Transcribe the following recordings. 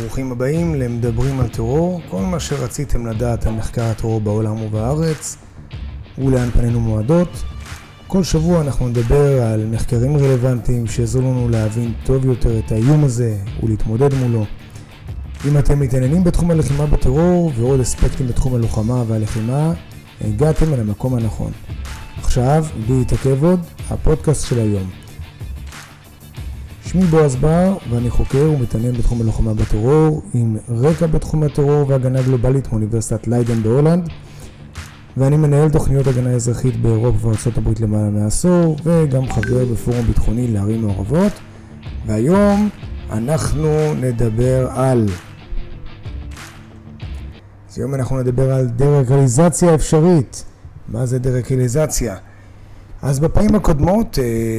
ברוכים הבאים למדברים על טרור, כל מה שרציתם לדעת על מחקר הטרור בעולם ובארץ ולאן פנינו מועדות. כל שבוע אנחנו נדבר על מחקרים רלוונטיים שיעזרו לנו להבין טוב יותר את האיום הזה ולהתמודד מולו. אם אתם מתעניינים בתחום הלחימה בטרור ועוד אספקטים בתחום הלוחמה והלחימה, הגעתם אל המקום הנכון. עכשיו, בלי להתעכב עוד, הפודקאסט של היום. שמי בועז בר ואני חוקר ומתעניין בתחום הלוחמה בטרור עם רקע בתחום הטרור והגנה גלובלית מאוניברסיטת ליידן בהולנד, ואני מנהל תוכניות הגנה אזרחית באירופה וארצות הברית למעלה מעשור וגם חבר בפורום ביטחוני לערים מעורבות. והיום אנחנו נדבר על דה-רדיקליזציה אפשרית. מה זה דה-רדיקליזציה? אז בפעמים הקודמות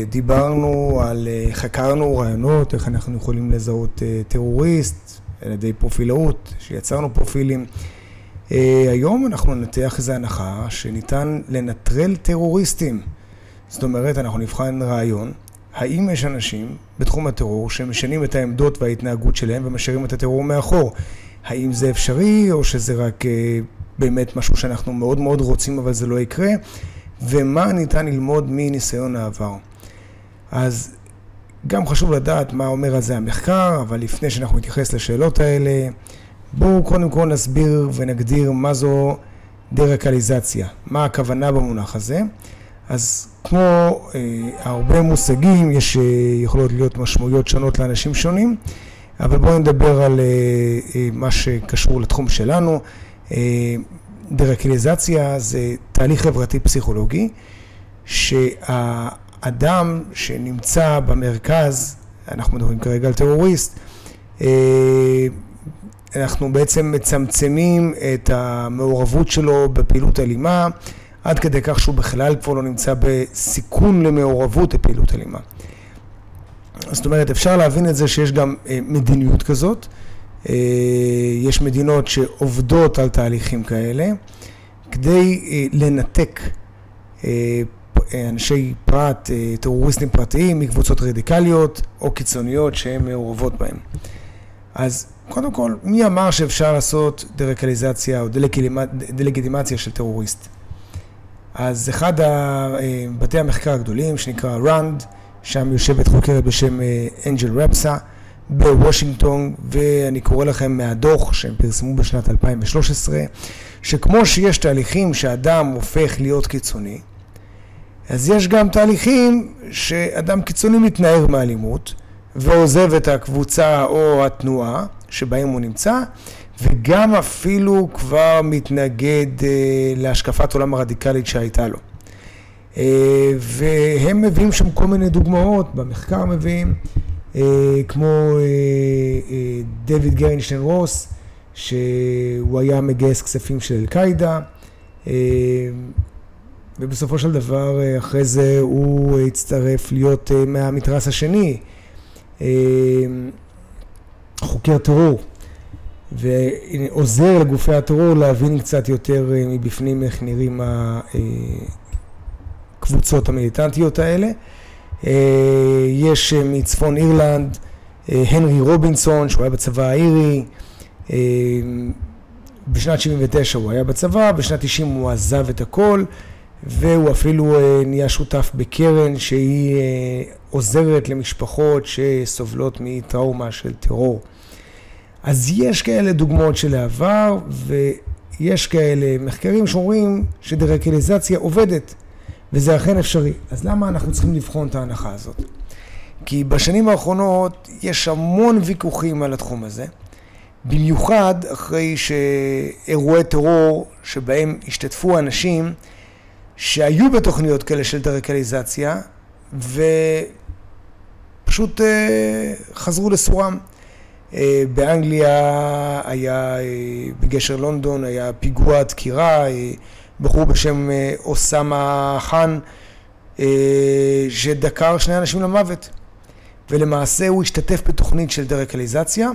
חקרנו רעיונות, איך אנחנו יכולים לזהות טרוריסט על ידי פרופילאות, שיצרנו פרופילים. היום אנחנו ננתח איזו הנחה שניתן לנטרל טרוריסטים. זאת אומרת, אנחנו נבחן רעיון, האם יש אנשים בתחום הטרור שמשנים את העמדות וההתנהגות שלהם ומשאירים את הטרור מאחור. האם זה אפשרי או שזה רק באמת משהו שאנחנו מאוד מאוד רוצים אבל זה לא יקרה? ומה ניתן ללמוד מניסיון העבר. אז גם חשוב לדעת מה אומר על זה המחקר, אבל לפני שאנחנו נתייחס לשאלות האלה, בואו קודם כל נסביר ונגדיר מה זו דה-רדיקליזציה. מה הכוונה במונח הזה? אז כמו הרבה מושגים, יכולות להיות משמעויות שונות לאנשים שונים, אבל בואו נדבר על מה שקשור לתחום שלנו. דה-רדיקליזציה זה תהליך חברתי פסיכולוגי שהאדם שנמצא במרכז, אנחנו מדברים כרגע על טרוריסט, אנחנו בעצם מצמצמים את המעורבות שלו בפעילות אלימה עד כדי כך שהוא בכלל כבר לא נמצא בסיכון למעורבות בפעילות אלימה. זאת אומרת, אפשר להבין את זה שיש גם מדיניות כזאת. יש מדינות שעובדות על תהליכים כאלה כדי לנתק אנשי פרט, טרוריסטים פרטיים מקבוצות רדיקליות או קיצוניות שהן מעורבות בהם. אז קודם כל, מי אמר שאפשר לעשות דה-רדיקליזציה או דה-לגיטימציה של טרוריסט? אז אחד בתי המחקר הגדולים שנקרא RAND, שם יושבת חוקרת בשם אנג'ל רפסה בוושינגטון, ואני קורא לכם מהדוח שהם פרסמו בשנת 2013, שכמו שיש תהליכים שאדם הופך להיות קיצוני, אז יש גם תהליכים שאדם קיצוני מתנער מאלימות ועוזב את הקבוצה או התנועה שבהם הוא נמצא, וגם אפילו כבר מתנגד להשקפת עולם הרדיקלית שהייתה לו. והם מביאים שם כל מיני דוגמאות, במחקר מביאים, כמו דויד גרינשטיין רוס, שהוא היה מגייס כספים של אל-קאידה, ובסופו של דבר אחרי זה הוא הצטרף להיות מהמתרס השני, חוקר טרור, ועוזר לגופי הטרור להבין קצת יותר מבפנים איך נראים הקבוצות המיליטנטיות האלה. יש מצפון אירלנד, הנרי רובינסון, שהוא היה בצבא האירי, בשנת 79 הוא היה בצבא, בשנת 90 הוא עזב את הכל, והוא אפילו נהיה שותף בקרן שהיא עוזרת למשפחות שסובלות מטראומה של טרור. אז יש כאלה דוגמאות של העבר, ויש כאלה מחקרים שאומרים שדה-רדיקליזציה עובדת, וזה אכן אפשרי. אז למה אנחנו צריכים לבחון את ההנחה הזאת? כי בשנים האחרונות יש המון ויכוחים על התחום הזה, במיוחד אחרי שאירועי טרור שבהם השתתפו אנשים שהיו בתוכניות כאלה של דה-רדיקליזציה, ופשוט חזרו לסורם. באנגליה היה, בגשר לונדון, היה פיגוע דקירה, בחור בשם אוסמה חאן, שדקר 2 אנשים למוות. ולמעשה הוא השתתף בתוכנית של דה-רדיקליזציה,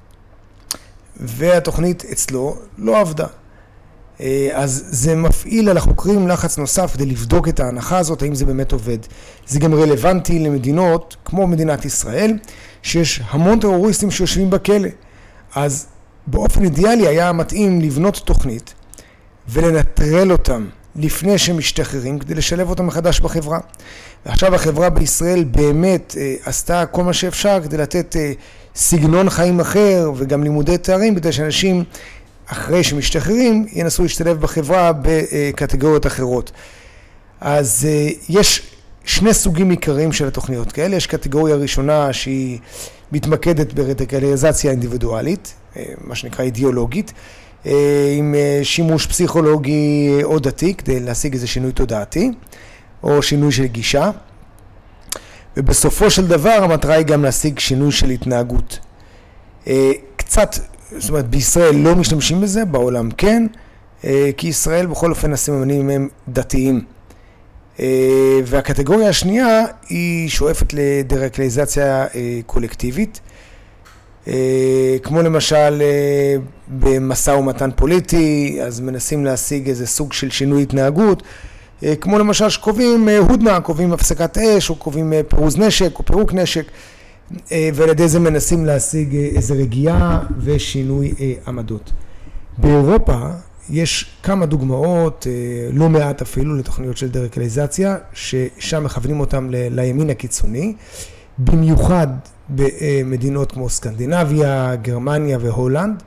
והתוכנית אצלו לא עבדה. אז זה מפעיל על החוקרים לחץ נוסף כדי לבדוק את ההנחה הזאת, האם זה באמת עובד. זה גם רלוונטי למדינות כמו מדינת ישראל, שיש המון טרוריסטים שיושבים בכלא, אז באופן אידיאלי היה מתאים לבנות תוכנית ולנטרל אותם לפני שהם משתחררים כדי לשלב אותם מחדש בחברה. ועכשיו החברה בישראל באמת עשתה כל מה שאפשר כדי לתת סגנון חיים אחר וגם לימודי תארים כדי שאנשים אחרי שמשתחררים ינסו להשתלב בחברה בקטגוריות אחרות. אז יש שני סוגים עיקריים של התוכניות כאלה. יש קטגוריה ראשונה שהיא מתמקדת ברדיקליזציה אינדיבידואלית, מה שנקרא אידיאולוגית, עם שימוש פסיכולוגי או דתי כדי להשיג איזה שינוי תודעתי או שינוי של גישה, ובסופו של דבר המטרה היא גם להשיג שינוי של התנהגות. קצת, זאת אומרת בישראל לא משתמשים בזה, בעולם כן, כי ישראל בכל אופן הסממנים הם דתיים. והקטגוריה השנייה היא שואפת לדרקליזציה קולקטיבית, כמו למשל במשא ומתן פוליטי, אז מנסים להשיג איזה סוג של שינוי התנהגות, כמו למשל שקובעים הודנה, קובעים הפסקת אש, או קובעים פירוז נשק, או פירוק נשק, ועל ידי זה מנסים להשיג איזה רגיעה ושינוי עמדות. באירופה יש כמה דוגמאות, לא מעט אפילו, לתוכניות של דרקליזציה, ששם מכוונים אותם לימין הקיצוני, במיוחד במדינות כמו סקנדינביה, גרמניה והולנד.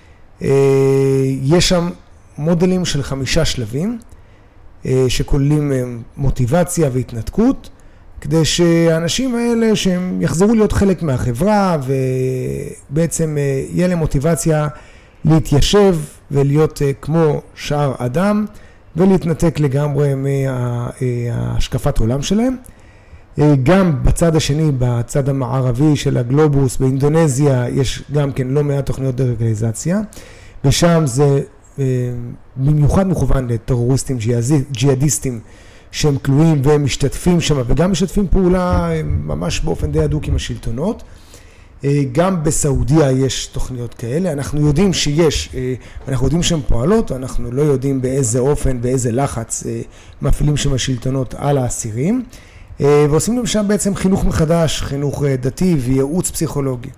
יש שם מודלים של 5 שלבים, שכוללים מוטיבציה והתנתקות, כדי שהאנשים האלה שהם יחזרו להיות חלק מהחברה, ובעצם יהיה להם מוטיבציה להתיישב ולהיות כמו שאר אדם, ולהתנתק לגמרי מהשקפת עולם שלהם. גם בצד השני, בצד המערבי של הגלובוס, באינדונזיה, יש גם כן לא מעט תוכניות דרקליזציה, ושם זה במיוחד מכוון לטרוריסטים ג'יהאדיסטים שהם כלואים ומשתתפים שם, וגם משתפים פעולה ממש באופן די הדוק עם השלטונות. גם בסעודיה יש תוכניות כאלה, אנחנו יודעים שיש, אנחנו יודעים שהן פועלות, אנחנו לא יודעים באיזה אופן, באיזה לחץ מפעילים שם השלטונות על האסירים, ועושים להם שם בעצם חינוך מחדש, חינוך דתי וייעוץ פסיכולוגי.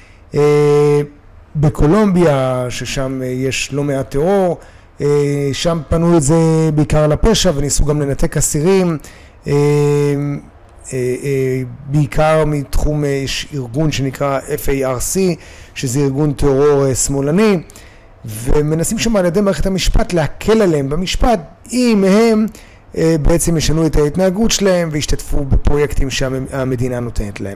בקולומביה, ששם יש לא מעט טרור, שם פנו את זה בעיקר לפשע וניסו גם לנתק אסירים, בעיקר מתחום ארגון שנקרא FARC, שזה ארגון טרור שמאלני, ומנסים שם על ידי מערכת המשפט להקל עליהם במשפט, אם הם בעצם ישנו את ההתנהגות שלהם והשתתפו בפרויקטים שהמדינה נותנת להם.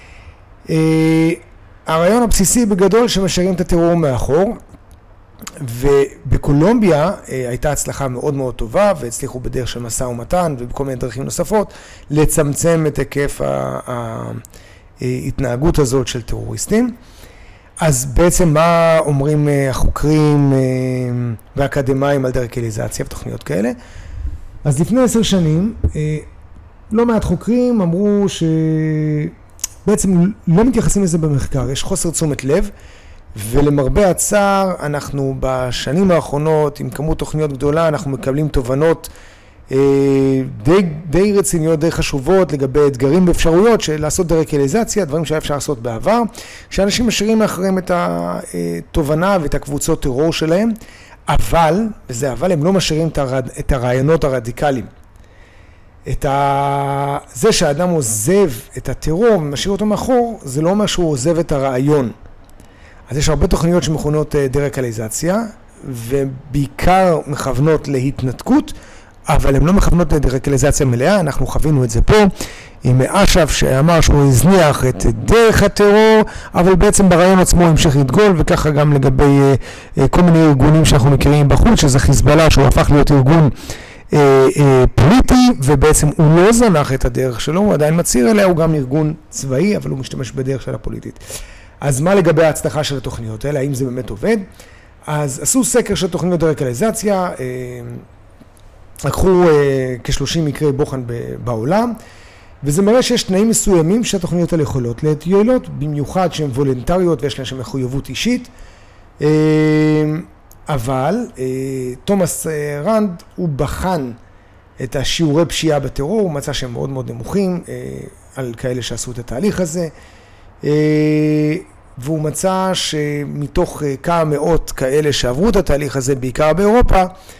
הרעיון הבסיסי בגדול שמשאירים את הטרור מאחור, ובקולומביה הייתה הצלחה מאוד מאוד טובה, והצליחו בדרך של משא ומתן ובכל מיני דרכים נוספות לצמצם את היקף ההתנהגות הזאת של טרוריסטים. אז בעצם מה אומרים החוקרים והאקדמיים על דרקליזציה ותוכניות כאלה? אז לפני 10 שנים לא מעט חוקרים אמרו שבעצם לא מתייחסים לזה במחקר, יש חוסר תשומת לב, ולמרבה הצער אנחנו בשנים האחרונות עם כמות תוכניות גדולה אנחנו מקבלים תובנות די רציניות, די חשובות לגבי אתגרים באפשרויות של לעשות דרקליזציה, דברים שהיה אפשר לעשות בעבר, שאנשים משאירים מאחוריהם את התובנה ואת הקבוצות טרור שלהם, אבל הם לא משאירים את הרעיונות הרדיקליים. זה שהאדם עוזב את הטרור ומשאיר אותו מאחור, זה לא אומר שהוא עוזב את הרעיון. אז יש הרבה תוכניות שמכונות דרקליזציה, ובעיקר מכוונות להתנתקות, אבל הן לא מכוונות לדרקליזציה מלאה. אנחנו חווינו את זה פה עם אש"ף שאמר שהוא הזניח את דרך הטרור, אבל בעצם ברעיון עצמו המשיך לדגול, וככה גם לגבי כל מיני ארגונים שאנחנו מכירים בחוץ, שזה חיזבאללה שהוא הפך להיות ארגון פוליטי, ובעצם הוא לא זנח את הדרך שלו, הוא עדיין מצהיר אליה, הוא גם ארגון צבאי, אבל הוא משתמש בדרך של הפוליטית. אז מה לגבי ההצלחה של התוכניות האלה? האם זה באמת עובד? אז עשו סקר של תוכניות דרקליזציה, לקחו כ-30 מקרי בוחן בעולם, וזה מראה שיש תנאים מסוימים שהתוכניות האלה יכולות להיות יעילות, במיוחד שהן וולונטריות ויש להן שם מחויבות אישית. אבל תומאס רנד הוא בחן את השיעורי פשיעה בטרור, הוא מצא שהם מאוד מאוד נמוכים על כאלה שעשו את התהליך הזה. והוא מצא שמתוך כמה מאות כאלה שעברו את התהליך הזה, בעיקר באירופה,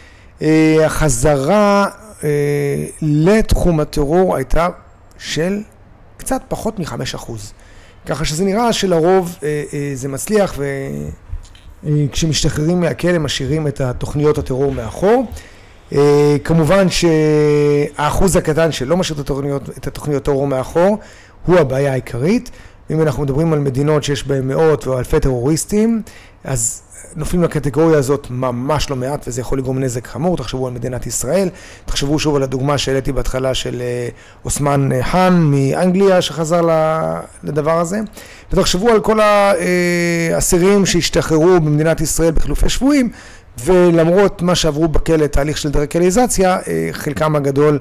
החזרה לתחום הטרור הייתה של קצת פחות מ5%. ככה שזה נראה שלרוב זה מצליח, וכשמשתחררים מהכלא משאירים את התוכניות הטרור מאחור. כמובן שהאחוז הקטן שלא משאיר את התוכניות הטרור מאחור הוא הבעיה העיקרית. אם אנחנו מדברים על מדינות שיש בהן מאות או אלפי טרוריסטים, אז נופלים לקטגוריה הזאת ממש לא מעט, וזה יכול לגרום נזק חמור. תחשבו על מדינת ישראל, תחשבו שוב על הדוגמה שהעליתי בהתחלה של אוסמן חאן מאנגליה שחזר לדבר הזה, ותחשבו על כל האסירים שהשתחררו במדינת ישראל בחילופי שבויים, ולמרות מה שעברו בכלא תהליך של דרקליזציה, חלקם הגדול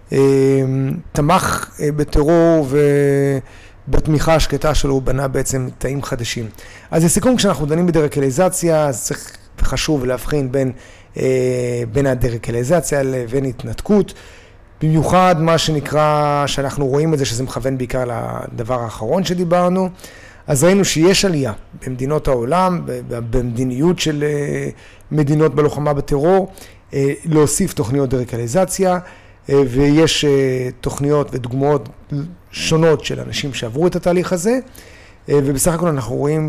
תמך בטרור בתמיכה השקטה שלו הוא בנה בעצם תאים חדשים. אז לסיכום, כשאנחנו דנים בדרקליזציה, אז צריך וחשוב להבחין בין הדרקליזציה לבין התנתקות. במיוחד מה שנקרא, שאנחנו רואים את זה, שזה מכוון בעיקר לדבר האחרון שדיברנו. אז ראינו שיש עלייה במדינות העולם, במדיניות של מדינות בלוחמה בטרור, להוסיף תוכניות דרקליזציה, ויש תוכניות ודוגמאות שונות של אנשים שעברו את התהליך הזה, ובסך הכל אנחנו רואים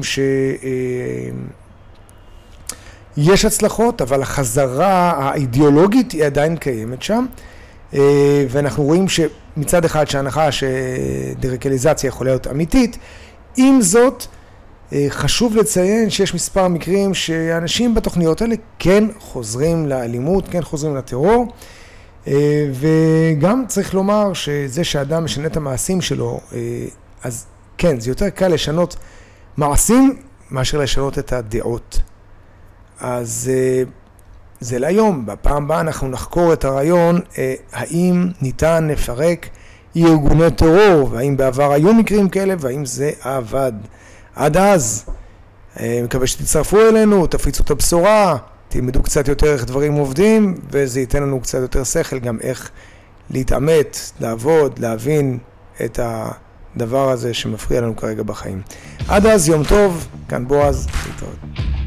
שיש הצלחות, אבל החזרה האידיאולוגית היא עדיין קיימת שם, ואנחנו רואים שמצד אחד שההנחה שדרקליזציה יכולה להיות אמיתית, עם זאת חשוב לציין שיש מספר מקרים שאנשים בתוכניות האלה כן חוזרים לאלימות, כן חוזרים לטרור, וגם צריך לומר שזה שאדם משנה את המעשים שלו, אז כן, זה יותר קל לשנות מעשים מאשר לשנות את הדעות. אז זה להיום, בפעם הבאה אנחנו נחקור את הרעיון, האם ניתן לפרק ארגוני טרור, והאם בעבר היו מקרים כאלה, והאם זה עבד. עד אז, מקווה שתצטרפו אלינו, תפיצו את הבשורה, תלמדו קצת יותר איך דברים עובדים, וזה ייתן לנו קצת יותר שכל גם איך להתאמת, לעבוד, להבין את הדבר הזה שמפריע לנו כרגע בחיים. עד אז, יום טוב, כאן בועז, להתראות.